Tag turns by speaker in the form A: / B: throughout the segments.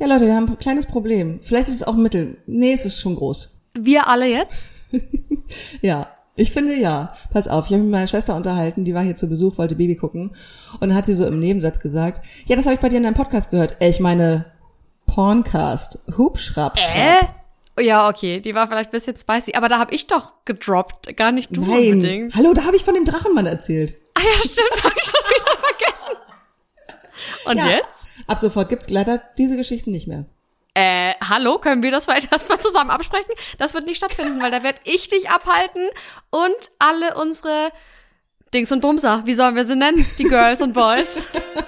A: Ja, Leute, wir haben ein kleines Problem. Vielleicht ist es auch mittel. Nee, es ist schon groß.
B: Wir alle jetzt?
A: Ja, ich finde ja. Pass auf, ich habe mich mit meiner Schwester unterhalten, die war hier zu Besuch, wollte Baby gucken. Und dann hat sie so im Nebensatz gesagt, ja, das habe ich bei dir in deinem Podcast gehört. Ich meine, Porncast. Hubschrapp.
B: Ja, okay, die war vielleicht ein bisschen spicy. Aber da habe ich doch gedroppt, gar nicht du unbedingt.
A: Hallo, da habe ich von dem Drachenmann erzählt.
B: Ah ja, stimmt, habe ich schon wieder vergessen. Und
A: ja,
B: jetzt?
A: Ab sofort gibt's leider diese Geschichten nicht mehr.
B: Hallo, können wir das vielleicht erstmal zusammen absprechen? Das wird nicht stattfinden, weil da werde ich dich abhalten und alle unsere Dings und Bumser, wie sollen wir sie nennen? Die Girls und Boys.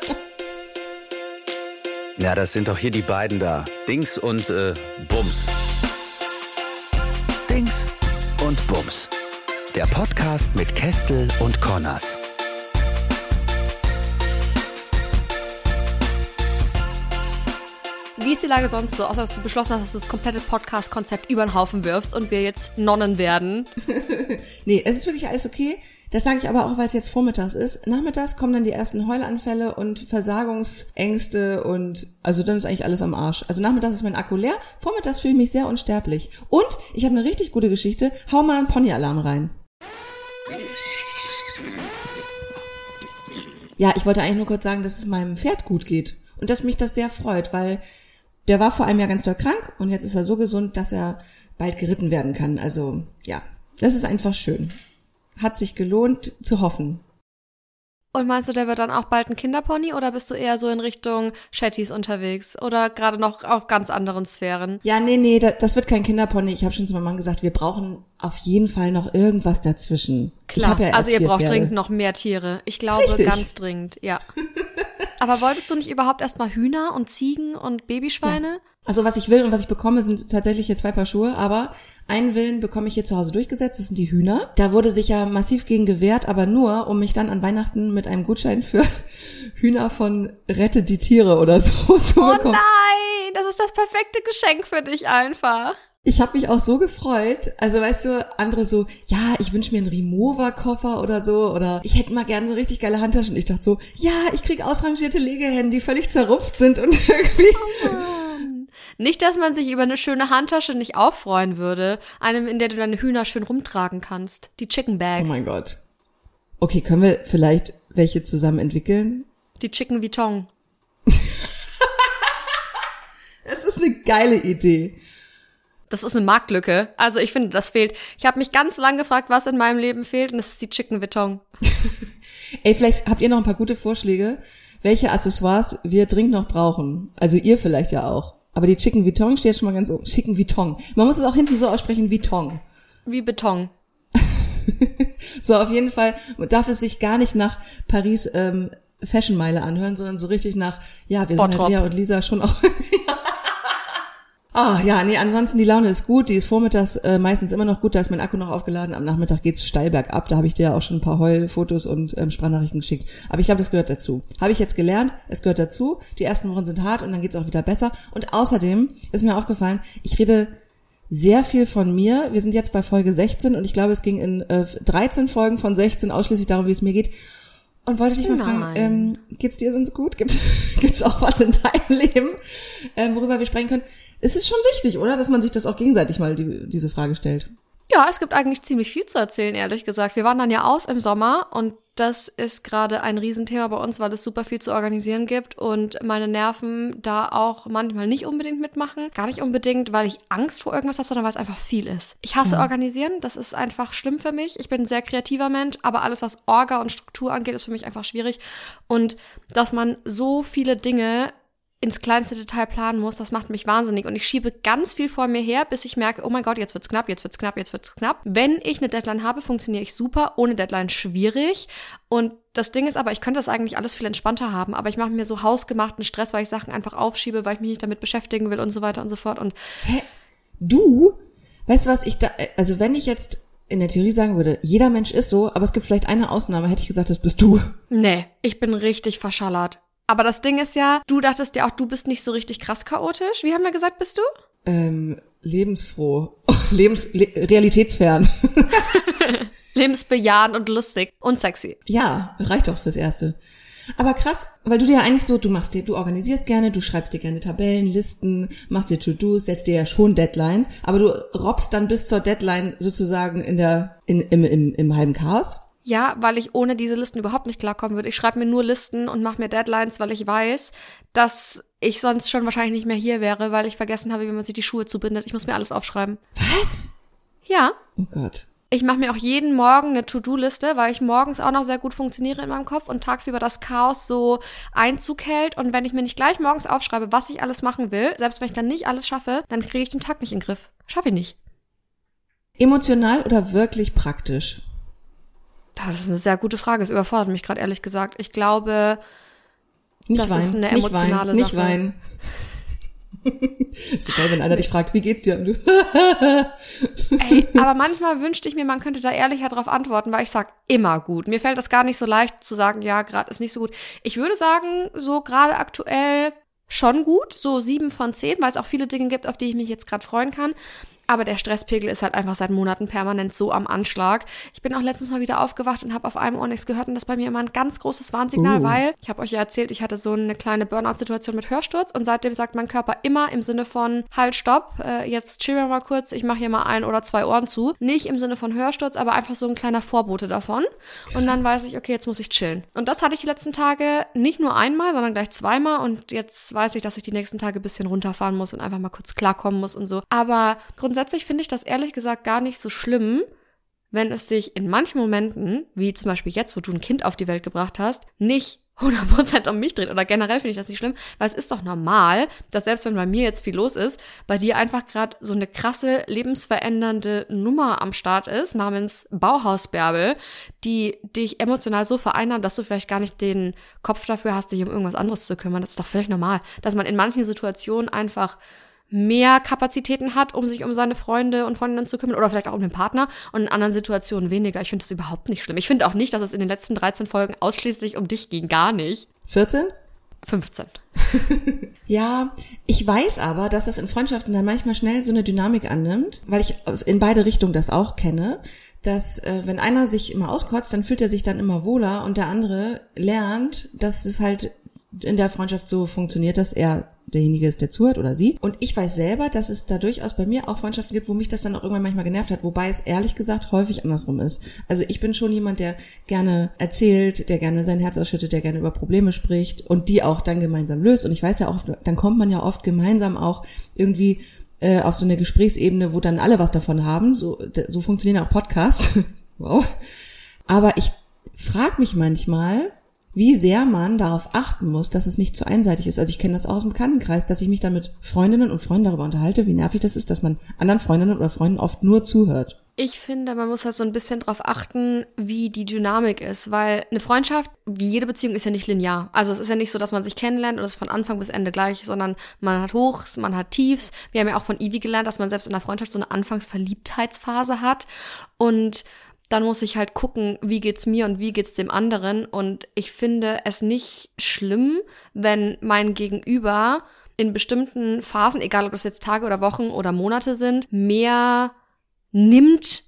C: Ja, das sind doch hier die beiden da. Dings und Bums. Dings und Bums. Der Podcast mit Kestel und Connors.
B: Wie ist die Lage sonst so, außer dass du beschlossen hast, dass du das komplette Podcast-Konzept über den Haufen wirfst und wir jetzt Nonnen werden?
A: Nee, es ist wirklich alles okay. Das sage ich aber auch, weil es jetzt vormittags ist. Nachmittags kommen dann die ersten Heulanfälle und Versagungsängste und also dann ist eigentlich alles am Arsch. Also nachmittags ist mein Akku leer, vormittags fühle ich mich sehr unsterblich. Und ich habe eine richtig gute Geschichte. Hau mal einen Pony-Alarm rein. Ja, ich wollte eigentlich nur kurz sagen, dass es meinem Pferd gut geht und dass mich das sehr freut, weil der war vor einem Jahr ganz doll krank und jetzt ist er so gesund, dass er bald geritten werden kann. Also ja, das ist einfach schön. Hat sich gelohnt zu hoffen.
B: Und meinst du, der wird dann auch bald ein Kinderpony oder bist du eher so in Richtung Chattys unterwegs oder gerade noch auf ganz anderen Sphären?
A: Ja, nee, das wird kein Kinderpony. Ich habe schon zu meinem Mann gesagt, wir brauchen auf jeden Fall noch irgendwas dazwischen.
B: Klar,
A: ich hab ja
B: also ihr braucht
A: Pferde.
B: dringend noch mehr Tiere. Ich glaube,
A: Richtig.
B: Ganz dringend, ja. Aber wolltest du nicht überhaupt erstmal Hühner und Ziegen und Babyschweine?
A: Ja. Also was ich will und was ich bekomme, sind tatsächlich hier 2 Paar Schuhe, aber einen Willen bekomme ich hier zu Hause durchgesetzt, das sind die Hühner. Da wurde sich ja massiv gegen gewehrt, aber nur, um mich dann an Weihnachten mit einem Gutschein für Hühner von Rette die Tiere oder so zu bekommen.
B: Oh nein, das ist das perfekte Geschenk für dich einfach.
A: Ich habe mich auch so gefreut. Also weißt du, andere so, ja, ich wünsche mir einen Remover-Koffer oder so. Oder ich hätte mal gerne so richtig geile Handtaschen. Ich dachte so, ja, ich krieg ausrangierte Legehennen, die völlig zerrupft sind und irgendwie...
B: Oh Mann. Nicht, dass man sich über eine schöne Handtasche nicht auch freuen würde. Eine, in der du deine Hühner schön rumtragen kannst. Die Chicken Bag.
A: Oh mein Gott. Okay, können wir vielleicht welche zusammen entwickeln?
B: Die Chicken Vuitton.
A: Das ist eine geile Idee.
B: Das ist eine Marktlücke. Also ich finde, das fehlt. Ich habe mich ganz lang gefragt, was in meinem Leben fehlt, und das ist die Chicken Vuitton.
A: Ey, vielleicht habt ihr noch ein paar gute Vorschläge, welche Accessoires wir dringend noch brauchen. Also ihr vielleicht ja auch. Aber die Chicken Vuitton steht schon mal ganz oben. Chicken Vuitton. Man muss es auch hinten so aussprechen, Vuitton.
B: Wie Beton.
A: So, auf jeden Fall darf es sich gar nicht nach Paris Fashionmeile anhören, sondern so richtig nach, ja, wir sind halt Lea und Lisa schon auch... Ah, ja, nee, ansonsten die Laune ist gut, die ist vormittags meistens immer noch gut, da ist mein Akku noch aufgeladen, am Nachmittag geht's steil bergab, da habe ich dir ja auch schon ein paar Heulfotos und Sprachnachrichten geschickt, aber ich glaube, das gehört dazu. Habe ich jetzt gelernt, es gehört dazu, die ersten Wochen sind hart und dann geht's auch wieder besser und außerdem ist mir aufgefallen, ich rede sehr viel von mir, wir sind jetzt bei Folge 16 und ich glaube, es ging in 13 Folgen von 16 ausschließlich darum, wie es mir geht. Und wollte dich mal fragen, geht's dir sonst gut? Gibt's auch was in deinem Leben, worüber wir sprechen können? Es ist schon wichtig, oder? Dass man sich das auch gegenseitig mal diese Frage stellt.
B: Ja, es gibt eigentlich ziemlich viel zu erzählen, ehrlich gesagt. Wir wandern ja aus im Sommer und das ist gerade ein Riesenthema bei uns, weil es super viel zu organisieren gibt und meine Nerven da auch manchmal nicht unbedingt mitmachen. Gar nicht unbedingt, weil ich Angst vor irgendwas habe, sondern weil es einfach viel ist. Ich hasse Organisieren, das ist einfach schlimm für mich. Ich bin ein sehr kreativer Mensch, aber alles, was Orga und Struktur angeht, ist für mich einfach schwierig. Und dass man so viele Dinge ins kleinste Detail planen muss, das macht mich wahnsinnig. Und ich schiebe ganz viel vor mir her, bis ich merke, oh mein Gott, jetzt wird's knapp, jetzt wird's knapp, jetzt wird's knapp. Wenn ich eine Deadline habe, funktioniere ich super, ohne Deadline schwierig. Und das Ding ist aber, ich könnte das eigentlich alles viel entspannter haben, aber ich mache mir so hausgemachten Stress, weil ich Sachen einfach aufschiebe, weil ich mich nicht damit beschäftigen will und so weiter und so fort. Und
A: Hä? Du? Weißt du was, also wenn ich jetzt in der Theorie sagen würde, jeder Mensch ist so, aber es gibt vielleicht eine Ausnahme, hätte ich gesagt, das bist du.
B: Nee, ich bin richtig verschallert. Aber das Ding ist ja, du dachtest ja auch, du bist nicht so richtig krass chaotisch. Wie haben wir gesagt, bist du?
A: Lebensfroh. Realitätsfern.
B: Lebensbejahend und lustig und sexy.
A: Ja, reicht doch fürs Erste. Aber krass, weil du dir ja eigentlich so, du organisierst gerne, du schreibst dir gerne Tabellen, Listen, machst dir To-Dos, setzt dir ja schon Deadlines, aber du robbst dann bis zur Deadline sozusagen im halben Chaos?
B: Ja, weil ich ohne diese Listen überhaupt nicht klarkommen würde. Ich schreibe mir nur Listen und mache mir Deadlines, weil ich weiß, dass ich sonst schon wahrscheinlich nicht mehr hier wäre, weil ich vergessen habe, wie man sich die Schuhe zubindet. Ich muss mir alles aufschreiben.
A: Was?
B: Ja.
A: Oh Gott.
B: Ich mache mir auch jeden Morgen eine To-Do-Liste, weil ich morgens auch noch sehr gut funktioniere in meinem Kopf und tagsüber das Chaos so Einzug hält. Und wenn ich mir nicht gleich morgens aufschreibe, was ich alles machen will, selbst wenn ich dann nicht alles schaffe, dann kriege ich den Tag nicht in den Griff. Schaffe ich nicht.
A: Emotional oder wirklich praktisch?
B: Das ist eine sehr gute Frage. Es überfordert mich gerade, ehrlich gesagt. Ich glaube,
A: nicht
B: das
A: weinen,
B: ist eine emotionale
A: nicht
B: Sache.
A: Weinen. Ist so geil, wenn einer dich fragt, wie geht's dir? Und du
B: Ey, aber manchmal wünschte ich mir, man könnte da ehrlicher drauf antworten, weil ich sag immer gut. Mir fällt das gar nicht so leicht zu sagen, ja, gerade ist nicht so gut. Ich würde sagen, so gerade aktuell schon gut, so 7 von 10, weil es auch viele Dinge gibt, auf die ich mich jetzt gerade freuen kann. Aber der Stresspegel ist halt einfach seit Monaten permanent so am Anschlag. Ich bin auch letztens mal wieder aufgewacht und habe auf einem Ohr nichts gehört und das ist bei mir immer ein ganz großes Warnsignal, weil, ich habe euch ja erzählt, ich hatte so eine kleine Burnout-Situation mit Hörsturz und seitdem sagt mein Körper immer im Sinne von, halt, stopp, jetzt chillen wir mal kurz, ich mache hier mal 1 oder 2 Ohren zu. Nicht im Sinne von Hörsturz, aber einfach so ein kleiner Vorbote davon. Und dann weiß ich, okay, jetzt muss ich chillen. Und das hatte ich die letzten Tage nicht nur einmal, sondern gleich 2-mal und jetzt weiß ich, dass ich die nächsten Tage ein bisschen runterfahren muss und einfach mal kurz klarkommen muss und so. Aber grundsätzlich finde ich das ehrlich gesagt gar nicht so schlimm, wenn es sich in manchen Momenten, wie zum Beispiel jetzt, wo du ein Kind auf die Welt gebracht hast, nicht 100% um mich dreht. Oder generell finde ich das nicht schlimm, weil es ist doch normal, dass selbst wenn bei mir jetzt viel los ist, bei dir einfach gerade so eine krasse, lebensverändernde Nummer am Start ist, namens Bauhausbärbel, die dich emotional so vereinnahmt, dass du vielleicht gar nicht den Kopf dafür hast, dich um irgendwas anderes zu kümmern. Das ist doch völlig normal, dass man in manchen Situationen einfach mehr Kapazitäten hat, um sich um seine Freunde und Freundinnen zu kümmern oder vielleicht auch um den Partner und in anderen Situationen weniger. Ich finde das überhaupt nicht schlimm. Ich finde auch nicht, dass es in den letzten 13 Folgen ausschließlich um dich ging. Gar nicht.
A: 14?
B: 15.
A: Ja, ich weiß aber, dass das in Freundschaften dann manchmal schnell so eine Dynamik annimmt, weil ich in beide Richtungen das auch kenne, dass wenn einer sich immer auskotzt, dann fühlt er sich dann immer wohler und der andere lernt, dass es halt in der Freundschaft so funktioniert, dass er derjenige ist, der zuhört oder sie. Und ich weiß selber, dass es da durchaus bei mir auch Freundschaften gibt, wo mich das dann auch irgendwann manchmal genervt hat, wobei es ehrlich gesagt häufig andersrum ist. Also ich bin schon jemand, der gerne erzählt, der gerne sein Herz ausschüttet, der gerne über Probleme spricht und die auch dann gemeinsam löst. Und ich weiß ja auch, dann kommt man ja oft gemeinsam auch irgendwie auf so eine Gesprächsebene, wo dann alle was davon haben. So funktionieren auch Podcasts. Wow. Aber ich frage mich manchmal, wie sehr man darauf achten muss, dass es nicht zu einseitig ist. Also ich kenne das auch aus dem Bekanntenkreis, dass ich mich dann mit Freundinnen und Freunden darüber unterhalte, wie nervig das ist, dass man anderen Freundinnen oder Freunden oft nur zuhört.
B: Ich finde, man muss halt so ein bisschen drauf achten, wie die Dynamik ist, weil eine Freundschaft, wie jede Beziehung, ist ja nicht linear. Also es ist ja nicht so, dass man sich kennenlernt und es ist von Anfang bis Ende gleich, sondern man hat Hochs, man hat Tiefs. Wir haben ja auch von Ivy gelernt, dass man selbst in einer Freundschaft so eine Anfangsverliebtheitsphase hat und dann muss ich halt gucken, wie geht's mir und wie geht's dem anderen. Und ich finde es nicht schlimm, wenn mein Gegenüber in bestimmten Phasen, egal ob das jetzt Tage oder Wochen oder Monate sind, mehr nimmt,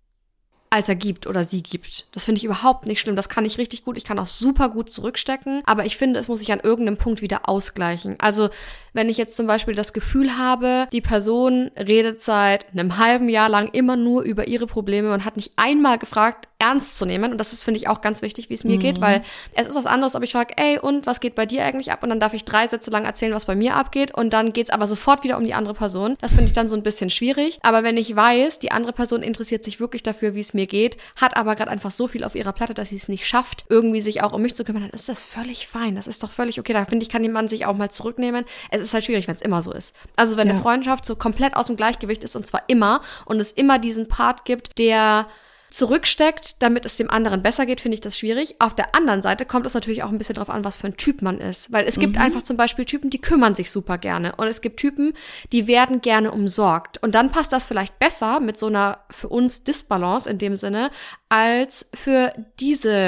B: als er gibt oder sie gibt. Das finde ich überhaupt nicht schlimm. Das kann ich richtig gut. Ich kann auch super gut zurückstecken. Aber ich finde, es muss sich an irgendeinem Punkt wieder ausgleichen. Also wenn ich jetzt zum Beispiel das Gefühl habe, die Person redet seit einem halben Jahr lang immer nur über ihre Probleme und hat nicht einmal gefragt, ernst zu nehmen. Und das ist, finde ich, auch ganz wichtig, wie es mir geht, weil es ist was anderes, ob ich frage, ey, und was geht bei dir eigentlich ab? Und dann darf ich 3 Sätze lang erzählen, was bei mir abgeht. Und dann geht's aber sofort wieder um die andere Person. Das finde ich dann so ein bisschen schwierig. Aber wenn ich weiß, die andere Person interessiert sich wirklich dafür, wie es mir geht, hat aber gerade einfach so viel auf ihrer Platte, dass sie es nicht schafft, irgendwie sich auch um mich zu kümmern, dann ist das völlig fein. Das ist doch völlig okay. Da finde ich, kann jemand sich auch mal zurücknehmen. Es ist halt schwierig, wenn es immer so ist. Also wenn eine Freundschaft so komplett aus dem Gleichgewicht ist und zwar immer und es immer diesen Part gibt, der zurücksteckt, damit es dem anderen besser geht, finde ich das schwierig. Auf der anderen Seite kommt es natürlich auch ein bisschen drauf an, was für ein Typ man ist. Weil es gibt einfach zum Beispiel Typen, die kümmern sich super gerne. Und es gibt Typen, die werden gerne umsorgt. Und dann passt das vielleicht besser mit so einer für uns Disbalance in dem Sinne, als für diese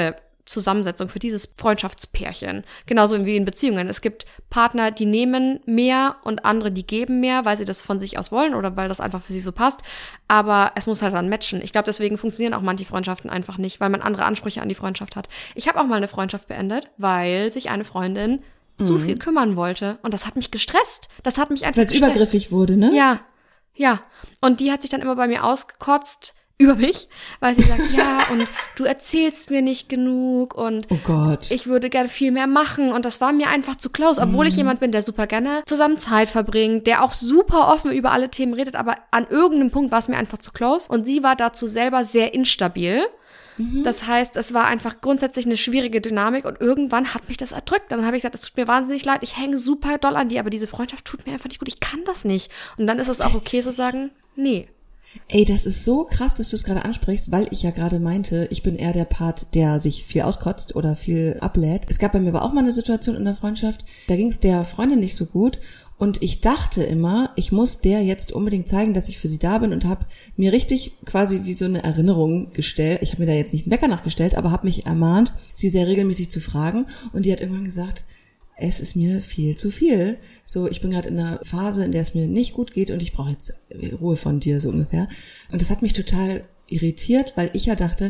B: Zusammensetzung, für dieses Freundschaftspärchen. Genauso wie in Beziehungen. Es gibt Partner, die nehmen mehr und andere, die geben mehr, weil sie das von sich aus wollen oder weil das einfach für sie so passt. Aber es muss halt dann matchen. Ich glaube, deswegen funktionieren auch manche Freundschaften einfach nicht, weil man andere Ansprüche an die Freundschaft hat. Ich habe auch mal eine Freundschaft beendet, weil sich eine Freundin zu viel kümmern wollte. Und das hat mich gestresst. Das hat mich einfach
A: gestresst. Weil es übergriffig wurde, ne?
B: Ja. Und die hat sich dann immer bei mir ausgekotzt über mich, weil sie sagt, ja, und du erzählst mir nicht genug und
A: oh Gott,
B: ich würde gerne viel mehr machen und das war mir einfach zu close, obwohl ich jemand bin, der super gerne zusammen Zeit verbringt, der auch super offen über alle Themen redet, aber an irgendeinem Punkt war es mir einfach zu close und sie war dazu selber sehr instabil. Das heißt, es war einfach grundsätzlich eine schwierige Dynamik und irgendwann hat mich das erdrückt. Dann habe ich gesagt, es tut mir wahnsinnig leid, ich hänge super doll an dir, aber diese Freundschaft tut mir einfach nicht gut, ich kann das nicht. Und dann ist es auch okay zu sagen, nee.
A: Ey, das ist so krass, dass du es gerade ansprichst, weil ich ja gerade meinte, ich bin eher der Part, der sich viel auskotzt oder viel ablädt. Es gab bei mir aber auch mal eine Situation in der Freundschaft, da ging es der Freundin nicht so gut und ich dachte immer, ich muss der jetzt unbedingt zeigen, dass ich für sie da bin und habe mir richtig quasi wie so eine Erinnerung gestellt. Ich habe mir da jetzt nicht einen Wecker nachgestellt, aber habe mich ermahnt, sie sehr regelmäßig zu fragen und die hat irgendwann gesagt, es ist mir viel zu viel. So, ich bin gerade in einer Phase, in der es mir nicht gut geht und ich brauche jetzt Ruhe von dir, so ungefähr. Und das hat mich total irritiert, weil ich ja dachte,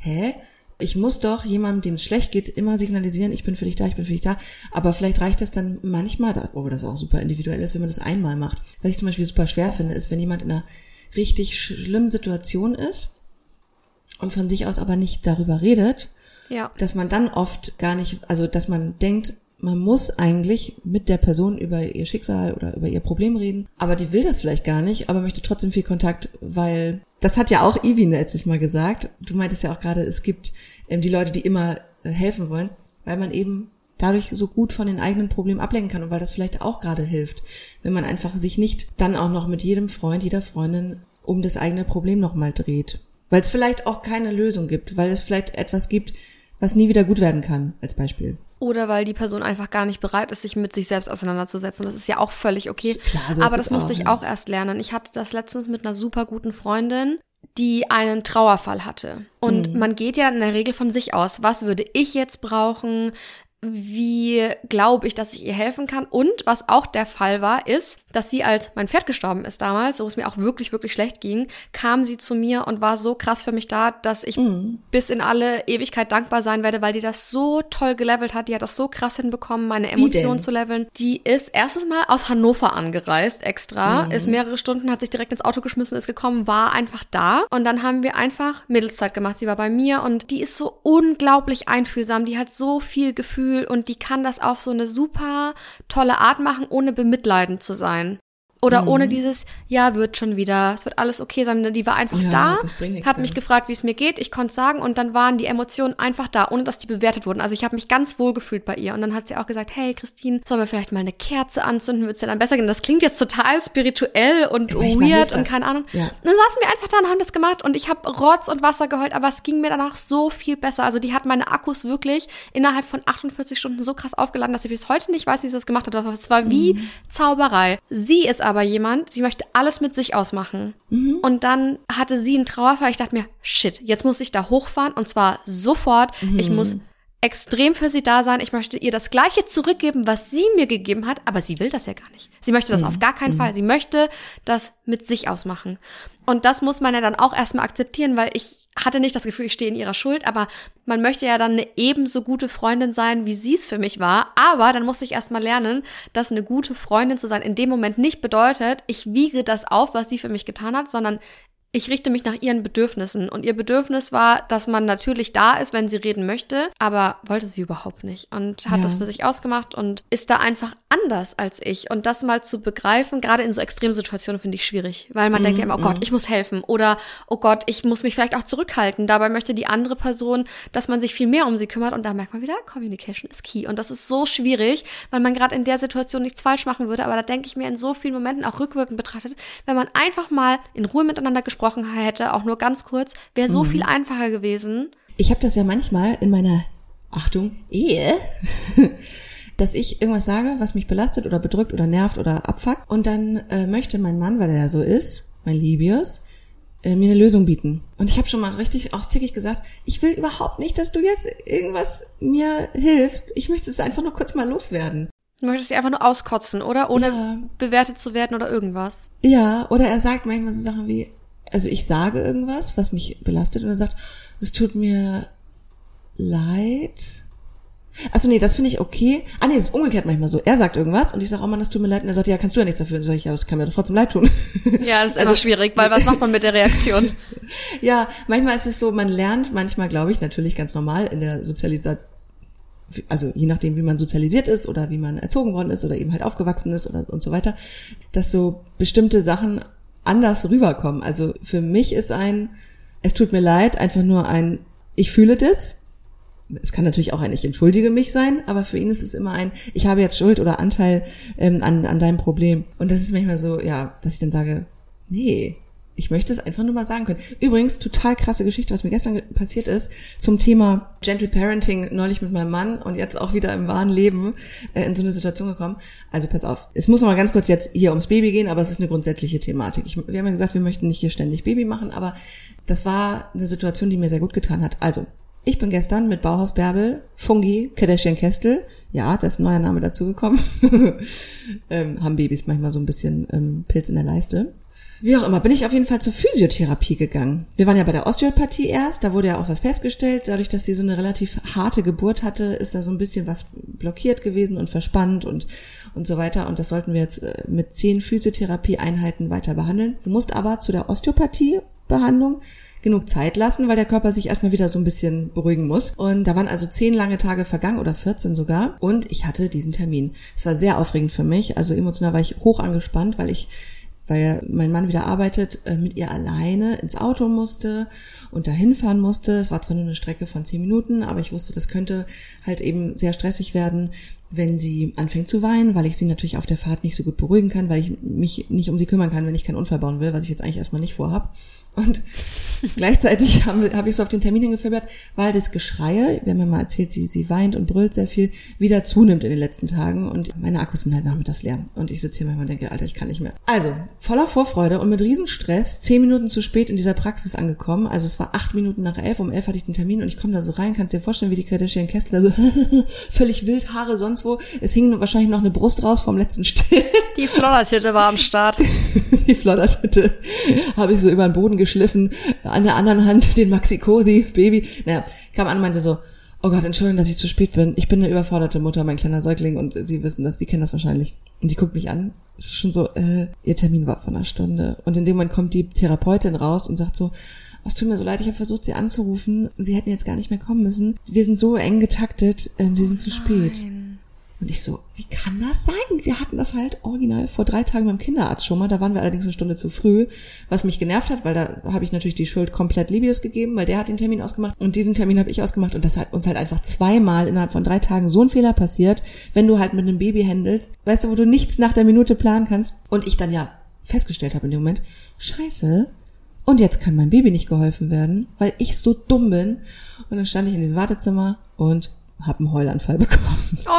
A: ich muss doch jemandem, dem es schlecht geht, immer signalisieren, ich bin für dich da, ich bin für dich da. Aber vielleicht reicht das dann manchmal, obwohl das auch super individuell ist, wenn man das einmal macht. Was ich zum Beispiel super schwer finde, ist, wenn jemand in einer richtig schlimmen Situation ist und von sich aus aber nicht darüber redet, dass man dann oft gar nicht, also dass man denkt, man muss eigentlich mit der Person über ihr Schicksal oder über ihr Problem reden, aber die will das vielleicht gar nicht, aber möchte trotzdem viel Kontakt, weil das hat ja auch Ivi letztes Mal gesagt. Du meintest ja auch gerade, es gibt die Leute, die immer helfen wollen, weil man eben dadurch so gut von den eigenen Problemen ablenken kann und weil das vielleicht auch gerade hilft, wenn man einfach sich nicht dann auch noch mit jedem Freund, jeder Freundin um das eigene Problem nochmal dreht. Weil es vielleicht auch keine Lösung gibt, weil es vielleicht etwas gibt, was nie wieder gut werden kann, als Beispiel.
B: Oder weil die Person einfach gar nicht bereit ist, sich mit sich selbst auseinanderzusetzen. Und das ist ja auch völlig okay.
A: Klar,
B: aber das musste ich auch erst lernen. Ich hatte das letztens mit einer super guten Freundin, die einen Trauerfall hatte. Und man geht ja in der Regel von sich aus. Was würde ich jetzt brauchen? Wie glaube ich, dass ich ihr helfen kann? Und was auch der Fall war, ist, dass sie, als mein Pferd gestorben ist damals, wo es mir auch wirklich, wirklich schlecht ging, kam sie zu mir und war so krass für mich da, dass ich bis in alle Ewigkeit dankbar sein werde, weil die das so toll gelevelt hat. Die hat das so krass hinbekommen, meine Emotionen zu leveln. Die ist erstes Mal aus Hannover angereist, extra, ist mehrere Stunden, hat sich direkt ins Auto geschmissen, ist gekommen, war einfach da. Und dann haben wir einfach Mädelszeit gemacht. Sie war bei mir und die ist so unglaublich einfühlsam. Die hat so viel Gefühl und die kann das auf so eine super tolle Art machen, ohne bemitleidend zu sein. Oder ohne dieses, ja, wird schon wieder, es wird alles okay sein. Die war einfach da, hat mich gefragt, wie es mir geht. Ich konnte sagen und dann waren die Emotionen einfach da, ohne dass die bewertet wurden. Also ich habe mich ganz wohl gefühlt bei ihr. Und dann hat sie auch gesagt, hey Christine, sollen wir vielleicht mal eine Kerze anzünden? Wird es dir dann besser gehen? Das klingt jetzt total spirituell und weird und keine Ahnung. Ja. Und dann saßen wir einfach da und haben das gemacht und ich habe Rotz und Wasser geheult, aber es ging mir danach so viel besser. Also die hat meine Akkus wirklich innerhalb von 48 Stunden so krass aufgeladen, dass ich bis heute nicht weiß, wie sie das gemacht hat. Aber es war wie Zauberei. Sie ist aber jemand, sie möchte alles mit sich ausmachen. Und dann hatte sie einen Trauerfall. Ich dachte mir, shit, jetzt muss ich da hochfahren und zwar sofort. Ich muss extrem für sie da sein. Ich möchte ihr das Gleiche zurückgeben, was sie mir gegeben hat, aber sie will das ja gar nicht. Sie möchte das auf gar keinen Fall. Sie möchte das mit sich ausmachen. Und das muss man ja dann auch erstmal akzeptieren, weil ich hatte nicht das Gefühl, ich stehe in ihrer Schuld, aber man möchte ja dann eine ebenso gute Freundin sein, wie sie es für mich war. Aber dann musste ich erstmal lernen, dass eine gute Freundin zu sein in dem Moment nicht bedeutet, ich wiege das auf, was sie für mich getan hat, sondern ich richte mich nach ihren Bedürfnissen. Und ihr Bedürfnis war, dass man natürlich da ist, wenn sie reden möchte, aber wollte sie überhaupt nicht. Und hat das für sich ausgemacht und ist da einfach anders als ich. Und das mal zu begreifen, gerade in so Extremsituationen, finde ich schwierig. Weil man denkt ja immer, oh Gott, ich muss helfen. Oder, oh Gott, ich muss mich vielleicht auch zurückhalten. Dabei möchte die andere Person, dass man sich viel mehr um sie kümmert. Und da merkt man wieder, Communication is key. Und das ist so schwierig, weil man gerade in der Situation nichts falsch machen würde. Aber da denke ich mir in so vielen Momenten, auch rückwirkend betrachtet, wenn man einfach mal in Ruhe miteinander gesprochen hätte, auch nur ganz kurz, wäre so viel einfacher gewesen.
A: Ich habe das ja manchmal in meiner, Achtung, Ehe, dass ich irgendwas sage, was mich belastet oder bedrückt oder nervt oder abfuckt und dann möchte mein Mann, weil er ja so ist, mein Liebius, mir eine Lösung bieten. Und ich habe schon mal richtig auch zickig gesagt, ich will überhaupt nicht, dass du jetzt irgendwas mir hilfst. Ich möchte es einfach nur kurz mal loswerden.
B: Du möchtest dich einfach nur auskotzen, oder? Ohne bewertet zu werden oder irgendwas.
A: Ja, oder er sagt manchmal so Sachen wie, also ich sage irgendwas, was mich belastet, und er sagt, es tut mir leid. Achso, nee, das finde ich okay. Ah, nee, das ist umgekehrt manchmal so. Er sagt irgendwas und ich sage, oh Mann, das tut mir leid. Und er sagt, ja, kannst du ja nichts dafür. Und dann sage ich, ja, das kann mir doch trotzdem leid tun.
B: Ja, das ist also schwierig, weil was macht man mit der Reaktion?
A: Ja, manchmal ist es so, man lernt manchmal, glaube ich, natürlich ganz normal in der Sozialisation, also je nachdem, wie man sozialisiert ist oder wie man erzogen worden ist oder eben halt aufgewachsen ist oder und so weiter, dass so bestimmte Sachen anders rüberkommen. Also für mich ist es tut mir leid, einfach nur ich fühle das. Es kann natürlich auch ich entschuldige mich sein, aber für ihn ist es immer ich habe jetzt Schuld oder Anteil an deinem Problem. Und das ist manchmal so, ja, dass ich dann sage, nee, ich möchte es einfach nur mal sagen können. Übrigens, total krasse Geschichte, was mir gestern passiert ist, zum Thema Gentle Parenting, neulich mit meinem Mann und jetzt auch wieder im wahren Leben in so eine Situation gekommen. Also pass auf, es muss noch mal ganz kurz jetzt hier ums Baby gehen, aber es ist eine grundsätzliche Thematik. Wir haben ja gesagt, wir möchten nicht hier ständig Baby machen, aber das war eine Situation, die mir sehr gut getan hat. Also, ich bin gestern mit Bauhaus Bärbel, Fungi, Kardashian Kestel, ja, da ist ein neuer Name dazugekommen, haben Babys manchmal so ein bisschen Pilz in der Leiste. Wie auch immer, bin ich auf jeden Fall zur Physiotherapie gegangen. Wir waren ja bei der Osteopathie erst, da wurde ja auch was festgestellt. Dadurch, dass sie so eine relativ harte Geburt hatte, ist da so ein bisschen was blockiert gewesen und verspannt und so weiter. Und das sollten wir jetzt mit 10 Physiotherapie-Einheiten weiter behandeln. Du musst aber zu der Osteopathie-Behandlung genug Zeit lassen, weil der Körper sich erstmal wieder so ein bisschen beruhigen muss. Und da waren also 10 lange Tage vergangen oder 14 sogar. Und ich hatte diesen Termin. Es war sehr aufregend für mich. Also emotional war ich hoch angespannt, weil mein Mann wieder arbeitet, mit ihr alleine ins Auto musste und dahin fahren musste. Es war zwar nur eine Strecke von 10 Minuten, aber ich wusste, das könnte halt eben sehr stressig werden, wenn sie anfängt zu weinen, weil ich sie natürlich auf der Fahrt nicht so gut beruhigen kann, weil ich mich nicht um sie kümmern kann, wenn ich keinen Unfall bauen will, was ich jetzt eigentlich erstmal nicht vorhab. Und gleichzeitig habe ich so auf den Termin hingefiebert, weil das Geschreie, wir haben ja mal erzählt, sie weint und brüllt sehr viel, wieder zunimmt in den letzten Tagen und meine Akkus sind halt nachmittags leer. Und ich sitze hier manchmal und denke, Alter, ich kann nicht mehr. Also, voller Vorfreude und mit Riesenstress, 10 Minuten zu spät in dieser Praxis angekommen. Also es war 8 Minuten nach 11, um 11 hatte ich den Termin und ich komme da so rein, kannst dir vorstellen, wie die Kardashian Kessler so völlig wild, Haare sonst wo. Es hing wahrscheinlich noch eine Brust raus vom letzten Still.
B: Die Floddertitte war am Start.
A: Die Floddertitte habe ich so über den Boden geschliffen, an der anderen Hand den Maxi-Cosi, Baby. Naja, kam an und meinte so, oh Gott, Entschuldigung, dass ich zu spät bin. Ich bin eine überforderte Mutter, mein kleiner Säugling und Sie wissen das, die kennen das wahrscheinlich. Und die guckt mich an, ist schon so, Ihr Termin war vor einer Stunde. Und in dem Moment kommt die Therapeutin raus und sagt so, es tut mir so leid, ich habe versucht, Sie anzurufen. Sie hätten jetzt gar nicht mehr kommen müssen. Wir sind so eng getaktet, Sie sind zu spät. Und ich so, wie kann das sein? Wir hatten das halt original vor 3 Tagen beim Kinderarzt schon mal. Da waren wir allerdings eine Stunde zu früh, was mich genervt hat, weil da habe ich natürlich die Schuld komplett Libius gegeben, weil der hat den Termin ausgemacht und diesen Termin habe ich ausgemacht und das hat uns halt einfach 2-mal innerhalb von 3 Tagen so ein Fehler passiert, wenn du halt mit einem Baby handelst, weißt du, wo du nichts nach der Minute planen kannst. Und ich dann ja festgestellt habe in dem Moment, scheiße, und jetzt kann meinem Baby nicht geholfen werden, weil ich so dumm bin. Und dann stand ich in diesem Wartezimmer und hab einen Heulanfall bekommen.
B: Oh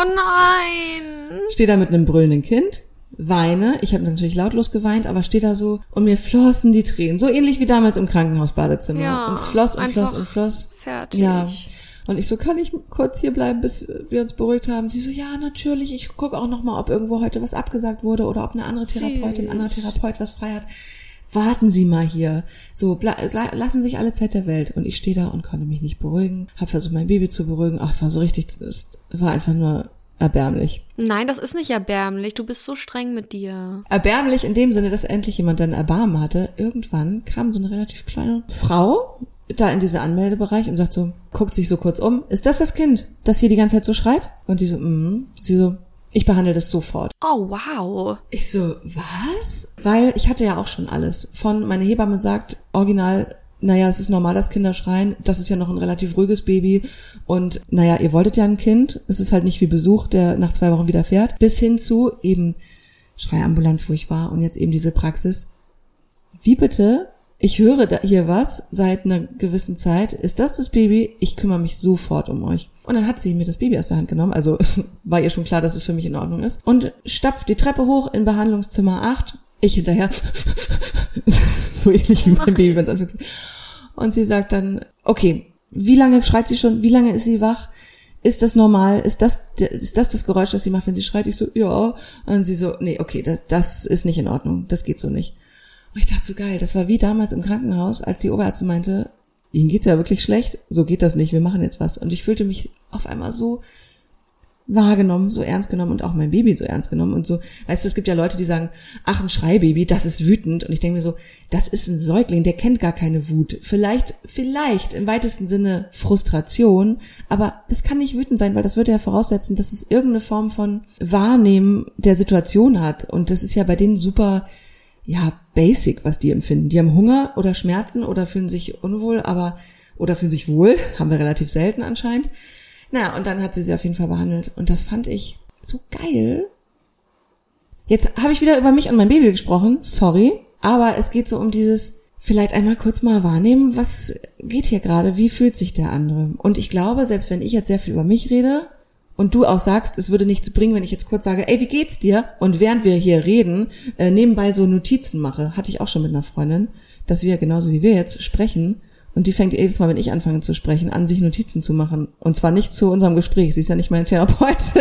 B: nein!
A: Stehe da mit einem brüllenden Kind, weine. Ich habe natürlich lautlos geweint, aber stehe da so und mir flossen die Tränen. So ähnlich wie damals im Krankenhausbadezimmer.
B: Ja,
A: und es floss und floss und floss.
B: Fertig.
A: Ja. Und ich so, kann ich kurz hier bleiben, bis wir uns beruhigt haben? Sie so, ja, natürlich. Ich gucke auch noch mal, ob irgendwo heute was abgesagt wurde oder ob eine andere Therapeutin, ein anderer Therapeut was frei hat. Warten Sie mal hier. So, lassen sich alle Zeit der Welt. Und ich stehe da und konnte mich nicht beruhigen. Hab versucht, mein Baby zu beruhigen. Ach, es war so richtig, es war einfach nur erbärmlich.
B: Nein, das ist nicht erbärmlich. Du bist so streng mit dir.
A: Erbärmlich in dem Sinne, dass endlich jemand dann Erbarmen hatte. Irgendwann kam so eine relativ kleine Frau da in diese Anmeldebereich und sagt so, guckt sich so kurz um. Ist das Kind, das hier die ganze Zeit so schreit? Und die so, Sie so, ich behandle das sofort.
B: Oh, wow.
A: Ich so, was? Weil ich hatte ja auch schon alles. Meine Hebamme sagt, original, naja, es ist normal, dass Kinder schreien. Das ist ja noch ein relativ ruhiges Baby. Und naja, ihr wolltet ja ein Kind. Es ist halt nicht wie Besuch, der nach 2 Wochen wieder fährt. Bis hin zu eben Schreiambulanz, wo ich war. Und jetzt eben diese Praxis. Wie bitte? Ich höre da hier was seit einer gewissen Zeit. Ist das Baby? Ich kümmere mich sofort um euch. Und dann hat sie mir das Baby aus der Hand genommen. Also es war ihr schon klar, dass es für mich in Ordnung ist. Und stapft die Treppe hoch in Behandlungszimmer 8. Ich hinterher. so ähnlich wie mein Baby, wenn es anfängt zu. Und sie sagt dann, okay, wie lange schreit sie schon? Wie lange ist sie wach? Ist das normal? Ist das Geräusch, das sie macht, wenn sie schreit? Ich so, ja. Und sie so, nee, okay, das ist nicht in Ordnung. Das geht so nicht. Und ich dachte so, geil, das war wie damals im Krankenhaus, als die Oberärztin meinte, Ihnen geht's ja wirklich schlecht. So geht das nicht. Wir machen jetzt was. Und ich fühlte mich auf einmal so wahrgenommen, so ernst genommen und auch mein Baby so ernst genommen und so. Weißt du, es gibt ja Leute, die sagen, ach, ein Schreibaby, das ist wütend. Und ich denke mir so, das ist ein Säugling, der kennt gar keine Wut. Vielleicht im weitesten Sinne Frustration, aber das kann nicht wütend sein, weil das würde ja voraussetzen, dass es irgendeine Form von Wahrnehmen der Situation hat. Und das ist ja bei denen super, ja, basic, was die empfinden. Die haben Hunger oder Schmerzen oder fühlen sich unwohl, oder fühlen sich wohl, haben wir relativ selten anscheinend. Naja, und dann hat sie auf jeden Fall behandelt. Und das fand ich so geil. Jetzt habe ich wieder über mich und mein Baby gesprochen, sorry. Aber es geht so um dieses, vielleicht einmal kurz mal wahrnehmen, was geht hier gerade, wie fühlt sich der andere. Und ich glaube, selbst wenn ich jetzt sehr viel über mich rede und du auch sagst, es würde nichts bringen, wenn ich jetzt kurz sage, ey, wie geht's dir? Und während wir hier reden, nebenbei so Notizen mache, hatte ich auch schon mit einer Freundin, dass wir genauso wie wir jetzt sprechen. Und die fängt jedes Mal, wenn ich anfange zu sprechen, an, sich Notizen zu machen. Und zwar nicht zu unserem Gespräch. Sie ist ja nicht meine Therapeutin.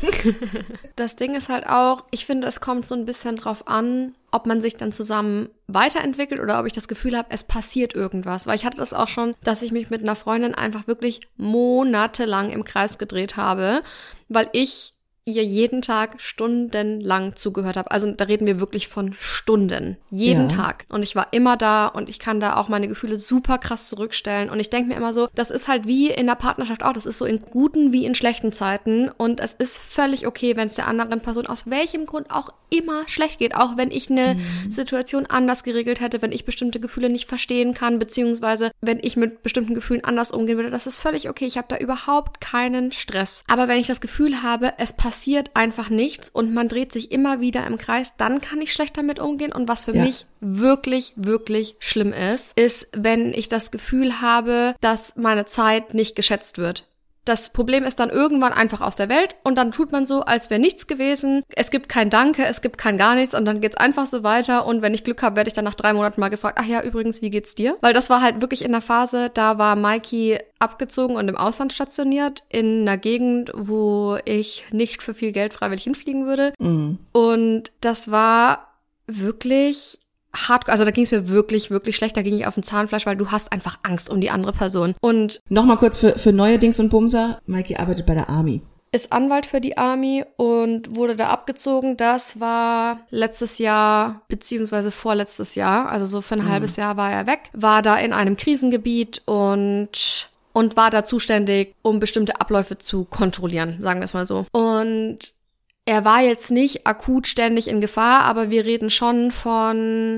B: Das Ding ist halt auch, ich finde, es kommt so ein bisschen drauf an, ob man sich dann zusammen weiterentwickelt oder ob ich das Gefühl habe, es passiert irgendwas. Weil ich hatte das auch schon, dass ich mich mit einer Freundin einfach wirklich monatelang im Kreis gedreht habe, weil ich ihr jeden Tag stundenlang zugehört habe. Also da reden wir wirklich von Stunden. Jeden Tag. Und ich war immer da und ich kann da auch meine Gefühle super krass zurückstellen. Und ich denke mir immer so, das ist halt wie in der Partnerschaft auch. Das ist so in guten wie in schlechten Zeiten. Und es ist völlig okay, wenn es der anderen Person aus welchem Grund auch immer schlecht geht. Auch wenn ich eine Situation anders geregelt hätte, wenn ich bestimmte Gefühle nicht verstehen kann, beziehungsweise wenn ich mit bestimmten Gefühlen anders umgehen würde. Das ist völlig okay. Ich habe da überhaupt keinen Stress. Aber wenn ich das Gefühl habe, es passiert einfach nichts und man dreht sich immer wieder im Kreis, dann kann ich schlecht damit umgehen. Und was für mich wirklich, wirklich schlimm ist, wenn ich das Gefühl habe, dass meine Zeit nicht geschätzt wird. Das Problem ist dann irgendwann einfach aus der Welt und dann tut man so, als wäre nichts gewesen. Es gibt kein Danke, es gibt kein gar nichts und dann geht's einfach so weiter. Und wenn ich Glück habe, werde ich dann nach 3 Monaten mal gefragt, ach ja, übrigens, wie geht's dir? Weil das war halt wirklich in der Phase, da war Mikey abgezogen und im Ausland stationiert, in einer Gegend, wo ich nicht für viel Geld freiwillig hinfliegen würde. Und das war wirklich hart, also da ging es mir wirklich, wirklich schlecht, da ging ich auf den Zahnfleisch, weil du hast einfach Angst um die andere Person. Und
A: nochmal kurz für neue Dings und Bumser, Mikey arbeitet bei der Army.
B: Ist Anwalt für die Army und wurde da abgezogen. Das war letztes Jahr, beziehungsweise vorletztes Jahr, also so für ein halbes Jahr war er weg, war da in einem Krisengebiet und war da zuständig, um bestimmte Abläufe zu kontrollieren, sagen wir es mal so. Und er war jetzt nicht akut ständig in Gefahr, aber wir reden schon von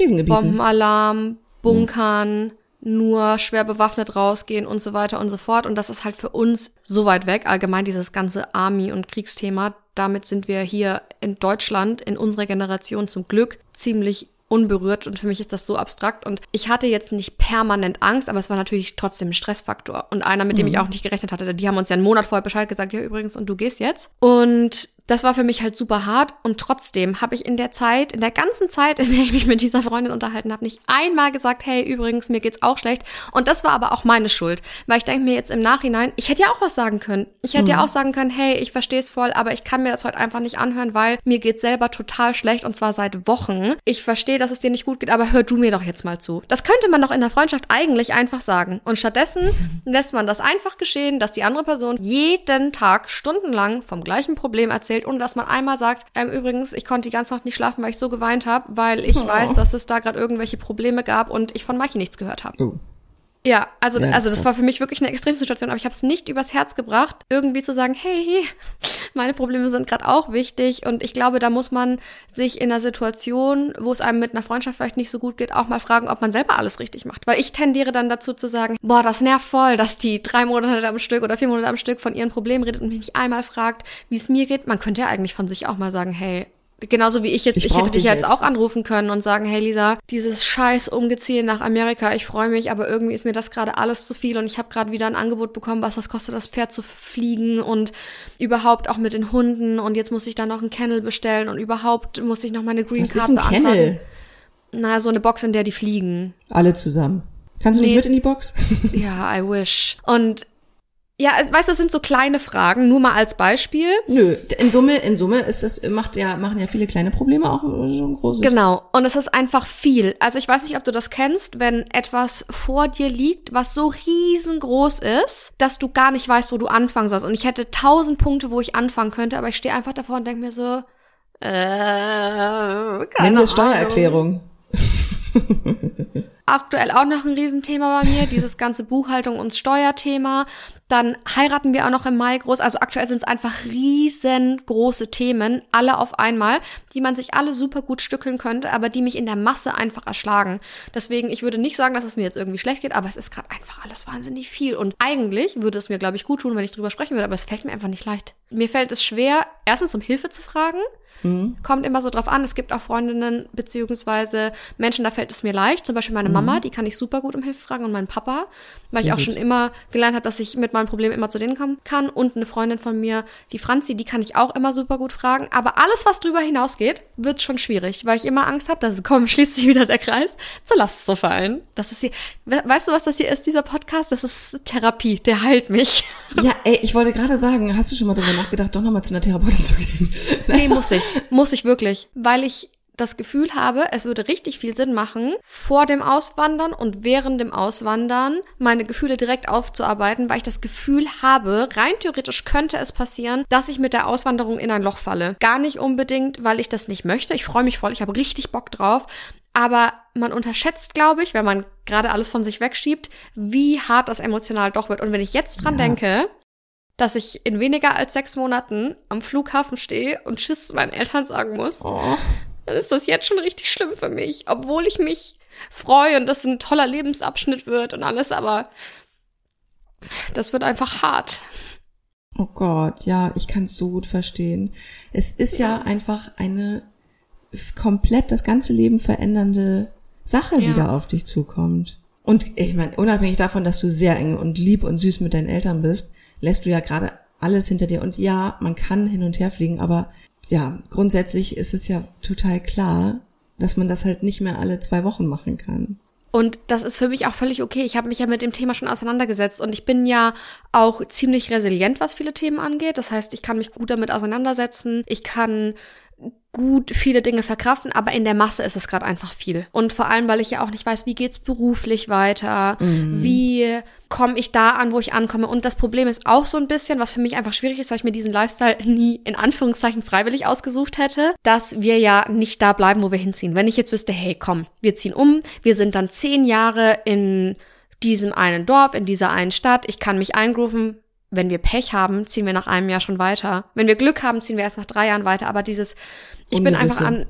B: Bombenalarm, Bunkern, nur schwer bewaffnet rausgehen und so weiter und so fort. Und das ist halt für uns so weit weg. Allgemein dieses ganze Army- und Kriegsthema. Damit sind wir hier in Deutschland, in unserer Generation zum Glück ziemlich unberührt und für mich ist das so abstrakt und ich hatte jetzt nicht permanent Angst, aber es war natürlich trotzdem ein Stressfaktor und einer, mit dem ich auch nicht gerechnet hatte. Die haben uns ja einen Monat vorher Bescheid gesagt, ja übrigens und du gehst jetzt und das war für mich halt super hart und trotzdem habe ich in der ganzen Zeit, in der ich mich mit dieser Freundin unterhalten habe, nicht einmal gesagt, hey, übrigens, mir geht's auch schlecht. Und das war aber auch meine Schuld, weil ich denke mir jetzt im Nachhinein, ich hätte ja auch was sagen können. Ich hätte ja auch sagen können, hey, ich verstehe es voll, aber ich kann mir das heute einfach nicht anhören, weil mir geht's selber total schlecht und zwar seit Wochen. Ich verstehe, dass es dir nicht gut geht, aber hör du mir doch jetzt mal zu. Das könnte man doch in der Freundschaft eigentlich einfach sagen. Und stattdessen lässt man das einfach geschehen, dass die andere Person jeden Tag stundenlang vom gleichen Problem erzählt, ohne dass man einmal sagt, übrigens, ich konnte die ganze Nacht nicht schlafen, weil ich so geweint habe, weil ich weiß, dass es da gerade irgendwelche Probleme gab und ich von Mikey nichts gehört habe. Ja, also das war für mich wirklich eine Extremsituation, aber ich habe es nicht übers Herz gebracht, irgendwie zu sagen, hey, meine Probleme sind gerade auch wichtig und ich glaube, da muss man sich in einer Situation, wo es einem mit einer Freundschaft vielleicht nicht so gut geht, auch mal fragen, ob man selber alles richtig macht, weil ich tendiere dann dazu zu sagen, boah, das nervt voll, dass die 3 Monate am Stück oder 4 Monate am Stück von ihren Problemen redet und mich nicht einmal fragt, wie es mir geht. Man könnte ja eigentlich von sich auch mal sagen, hey, genauso wie ich hätte dich jetzt auch anrufen können und sagen, hey Lisa, dieses scheiß Umgeziehen nach Amerika, ich freue mich, aber irgendwie ist mir das gerade alles zu viel und ich habe gerade wieder ein Angebot bekommen, was kostet das Pferd zu fliegen und überhaupt auch mit den Hunden und jetzt muss ich dann noch ein Kennel bestellen und überhaupt muss ich noch meine Green Card beantragen. Na, so eine Box, in der die fliegen.
A: Alle zusammen. Kannst du nicht mit in die Box?
B: Ja, I wish. Und ja, weißt du, das sind so kleine Fragen, nur mal als Beispiel.
A: Nö, in Summe ist das, machen ja viele kleine Probleme auch schon großes.
B: Genau, und es ist einfach viel. Also ich weiß nicht, ob du das kennst, wenn etwas vor dir liegt, was so riesengroß ist, dass du gar nicht weißt, wo du anfangen sollst. Und ich hätte 1000 Punkte, wo ich anfangen könnte, aber ich stehe einfach davor und denke mir so,
A: Nenn das Steuererklärung.
B: Aktuell auch noch ein Riesenthema bei mir, dieses ganze Buchhaltung und Steuerthema. Dann heiraten wir auch noch im Mai groß. Also aktuell sind es einfach riesengroße Themen, alle auf einmal, die man sich alle super gut stückeln könnte, aber die mich in der Masse einfach erschlagen. Deswegen, ich würde nicht sagen, dass es mir jetzt irgendwie schlecht geht, aber es ist gerade einfach alles wahnsinnig viel. Und eigentlich würde es mir, glaube ich, gut tun, wenn ich drüber sprechen würde, aber es fällt mir einfach nicht leicht. Mir fällt es schwer, erstens um Hilfe zu fragen. Kommt immer so drauf an. Es gibt auch Freundinnen beziehungsweise Menschen, da fällt es mir leicht. Zum Beispiel meine Mama, die kann ich super gut um Hilfe fragen, und meinen Papa, weil ich auch schon immer gelernt habe, dass ich mit meinem Problem immer zu denen kommen kann. Und eine Freundin von mir, die Franzi, die kann ich auch immer super gut fragen. Aber alles, was drüber hinausgeht, wird schon schwierig, weil ich immer Angst habe, dass schließt sich wieder der Kreis, zur Last zu fallen. Das ist hier, weißt du, was das hier ist, dieser Podcast? Das ist Therapie, der heilt mich.
A: Ja, ey, ich wollte gerade sagen, hast du schon mal darüber nachgedacht, doch nochmal zu einer Therapeutin zu gehen?
B: Nee, muss ich wirklich, weil ich das Gefühl habe, es würde richtig viel Sinn machen, vor dem Auswandern und während dem Auswandern meine Gefühle direkt aufzuarbeiten, weil ich das Gefühl habe, rein theoretisch könnte es passieren, dass ich mit der Auswanderung in ein Loch falle. Gar nicht unbedingt, weil ich das nicht möchte. Ich freue mich voll, ich habe richtig Bock drauf. Aber man unterschätzt, glaube ich, wenn man gerade alles von sich wegschiebt, wie hart das emotional doch wird. Und wenn ich jetzt dran denke, dass ich in weniger als 6 Monaten am Flughafen stehe und Tschüss zu meinen Eltern sagen muss, dann ist das jetzt schon richtig schlimm für mich. Obwohl ich mich freue und das ein toller Lebensabschnitt wird und alles, aber das wird einfach hart.
A: Oh Gott, ja, ich kann es so gut verstehen. Es ist ja einfach eine komplett das ganze Leben verändernde Sache, die da auf dich zukommt. Und ich meine, unabhängig davon, dass du sehr eng und lieb und süß mit deinen Eltern bist, lässt du ja gerade alles hinter dir. Und ja, man kann hin und her fliegen, aber ja, grundsätzlich ist es ja total klar, dass man das halt nicht mehr alle 2 Wochen machen kann.
B: Und das ist für mich auch völlig okay. Ich habe mich ja mit dem Thema schon auseinandergesetzt und ich bin ja auch ziemlich resilient, was viele Themen angeht. Das heißt, ich kann mich gut damit auseinandersetzen. Ich kann gut viele Dinge verkraften, aber in der Masse ist es gerade einfach viel. Und vor allem, weil ich ja auch nicht weiß, wie geht's beruflich weiter, wie komme ich da an, wo ich ankomme. Und das Problem ist auch so ein bisschen, was für mich einfach schwierig ist, weil ich mir diesen Lifestyle nie in Anführungszeichen freiwillig ausgesucht hätte, dass wir ja nicht da bleiben, wo wir hinziehen. Wenn ich jetzt wüsste, hey, komm, wir ziehen um, wir sind dann 10 Jahre in diesem einen Dorf, in dieser einen Stadt, ich kann mich eingrooven. Wenn wir Pech haben, ziehen wir nach einem Jahr schon weiter. Wenn wir Glück haben, ziehen wir erst nach 3 Jahren weiter. Aber ich bin einfach an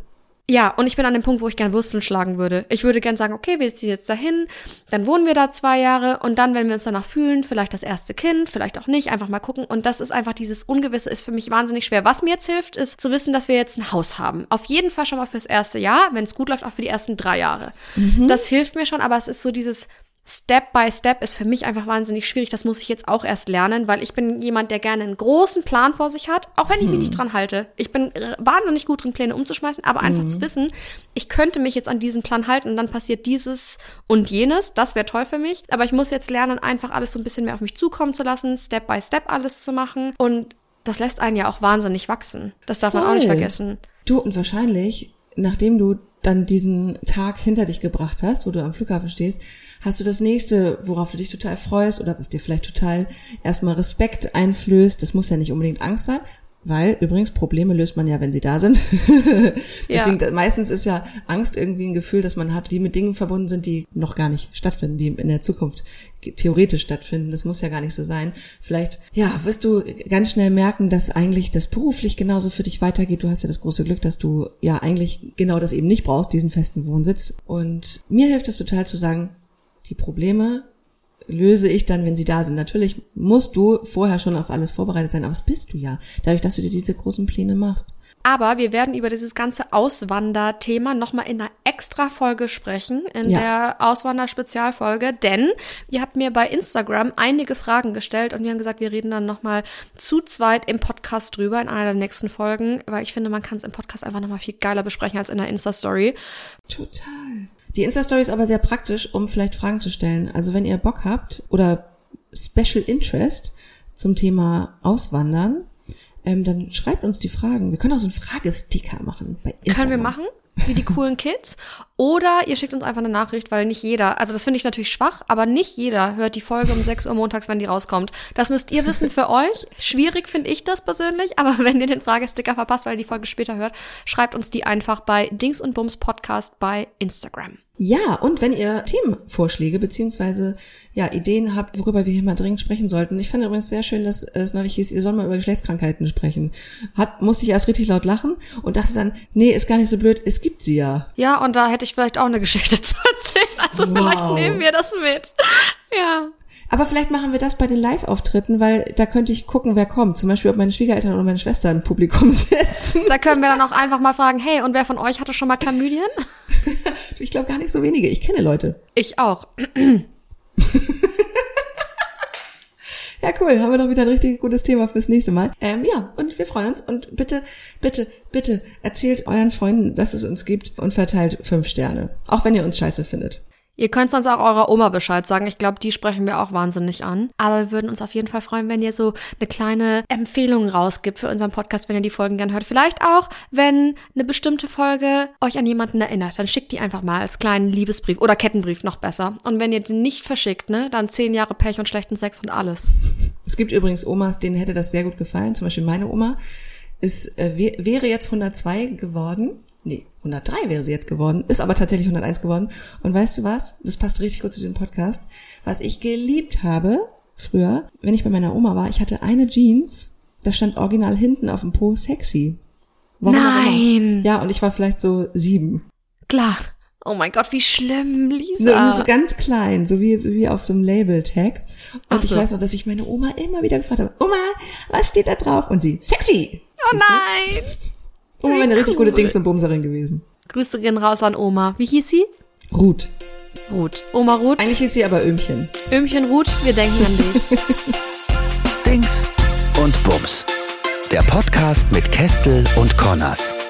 B: dem Punkt, wo ich gern Wurzeln schlagen würde. Ich würde gern sagen, okay, wir ziehen jetzt dahin, dann wohnen wir da 2 Jahre und dann, wenn wir uns danach fühlen, vielleicht das erste Kind, vielleicht auch nicht, einfach mal gucken. Und das ist einfach, dieses Ungewisse ist für mich wahnsinnig schwer. Was mir jetzt hilft, ist zu wissen, dass wir jetzt ein Haus haben. Auf jeden Fall schon mal fürs erste Jahr, wenn es gut läuft, auch für die ersten 3 Jahre. Das hilft mir schon, aber es ist so dieses Step by Step ist für mich einfach wahnsinnig schwierig. Das muss ich jetzt auch erst lernen, weil ich bin jemand, der gerne einen großen Plan vor sich hat, auch wenn ich mich nicht dran halte. Ich bin wahnsinnig gut drin, Pläne umzuschmeißen, aber einfach zu wissen, ich könnte mich jetzt an diesen Plan halten und dann passiert dieses und jenes. Das wäre toll für mich. Aber ich muss jetzt lernen, einfach alles so ein bisschen mehr auf mich zukommen zu lassen, Step by Step alles zu machen. Und das lässt einen ja auch wahnsinnig wachsen. Das darf man auch nicht vergessen.
A: Du, und wahrscheinlich, nachdem du dann diesen Tag hinter dich gebracht hast, wo du am Flughafen stehst, hast du das nächste, worauf du dich total freust oder was dir vielleicht total erstmal Respekt einflößt. Das muss ja nicht unbedingt Angst sein, weil übrigens Probleme löst man ja, wenn sie da sind. Deswegen meistens ist ja Angst irgendwie ein Gefühl, das man hat, die mit Dingen verbunden sind, die noch gar nicht stattfinden, die in der Zukunft theoretisch stattfinden. Das muss ja gar nicht so sein. Vielleicht, wirst du ganz schnell merken, dass eigentlich das beruflich genauso für dich weitergeht. Du hast ja das große Glück, dass du ja eigentlich genau das eben nicht brauchst, diesen festen Wohnsitz. Und mir hilft es total zu sagen, die Probleme löse ich dann, wenn sie da sind. Natürlich musst du vorher schon auf alles vorbereitet sein, aber das bist du ja, dadurch, dass du dir diese großen Pläne machst.
B: Aber wir werden über dieses ganze Auswanderthema nochmal in einer extra Folge sprechen, in der Auswander-Spezialfolge, denn ihr habt mir bei Instagram einige Fragen gestellt und wir haben gesagt, wir reden dann nochmal zu zweit im Podcast drüber, in einer der nächsten Folgen, weil ich finde, man kann es im Podcast einfach nochmal viel geiler besprechen als in der Insta-Story.
A: Total. Die Insta-Story ist aber sehr praktisch, um vielleicht Fragen zu stellen. Also wenn ihr Bock habt oder Special Interest zum Thema Auswandern, dann schreibt uns die Fragen. Wir können auch so einen Fragesticker machen bei Instagram.
B: Können wir machen, wie die coolen Kids. Oder ihr schickt uns einfach eine Nachricht, weil nicht jeder, also das finde ich natürlich schwach, aber nicht jeder hört die Folge um 6 Uhr montags, wenn die rauskommt. Das müsst ihr wissen für euch. Schwierig finde ich das persönlich, aber wenn ihr den Fragesticker verpasst, weil ihr die Folge später hört, schreibt uns die einfach bei Dings und Bums Podcast bei Instagram.
A: Ja, und wenn ihr Themenvorschläge beziehungsweise Ideen habt, worüber wir hier mal dringend sprechen sollten. Ich fand übrigens sehr schön, dass es neulich hieß, ihr sollt mal über Geschlechtskrankheiten sprechen. Musste ich erst richtig laut lachen und dachte dann, nee, ist gar nicht so blöd, es gibt sie ja.
B: Ja, und da hätte ich vielleicht auch eine Geschichte zu erzählen. Also vielleicht nehmen wir das mit. Ja.
A: Aber vielleicht machen wir das bei den Live-Auftritten, weil da könnte ich gucken, wer kommt. Zum Beispiel, ob meine Schwiegereltern oder meine Schwester im Publikum sitzen.
B: Da können wir dann auch einfach mal fragen, hey, und wer von euch hatte schon mal Chlamydien?
A: Ich glaube gar nicht so wenige. Ich kenne Leute.
B: Ich auch.
A: Ja, cool. Haben wir doch wieder ein richtig gutes Thema fürs nächste Mal. Und wir freuen uns. Und bitte, bitte, bitte erzählt euren Freunden, dass es uns gibt und verteilt 5 Sterne. Auch wenn ihr uns scheiße findet.
B: Ihr könnt sonst auch eurer Oma Bescheid sagen. Ich glaube, die sprechen wir auch wahnsinnig an. Aber wir würden uns auf jeden Fall freuen, wenn ihr so eine kleine Empfehlung rausgibt für unseren Podcast, wenn ihr die Folgen gern hört. Vielleicht auch, wenn eine bestimmte Folge euch an jemanden erinnert. Dann schickt die einfach mal als kleinen Liebesbrief oder Kettenbrief, noch besser. Und wenn ihr den nicht verschickt, dann 10 Jahre Pech und schlechten Sex und alles.
A: Es gibt übrigens Omas, denen hätte das sehr gut gefallen. Zum Beispiel meine Oma wäre jetzt 102 geworden. Nee, 103 wäre sie jetzt geworden, ist aber tatsächlich 101 geworden. Und weißt du was? Das passt richtig gut zu diesem Podcast. Was ich geliebt habe früher, wenn ich bei meiner Oma war, ich hatte eine Jeans, da stand original hinten auf dem Po sexy. Warum
B: Nein!
A: Ja, und ich war vielleicht so 7.
B: Klar. Oh mein Gott, wie schlimm, Lisa.
A: So ganz klein, so wie auf so einem Label-Tag. Und
B: Ich
A: weiß noch, dass ich meine Oma immer wieder gefragt habe, Oma, was steht da drauf? Und sie, sexy!
B: Oh nein!
A: Oma wäre eine richtig gute Dings- und Bumserin gewesen.
B: Grüße gehen raus an Oma. Wie hieß sie?
A: Ruth.
B: Ruth. Oma Ruth.
A: Eigentlich hieß sie aber Öhmchen.
B: Öhmchen Ruth, wir denken an dich.
C: Dings und Bums. Der Podcast mit Kestel und Connors.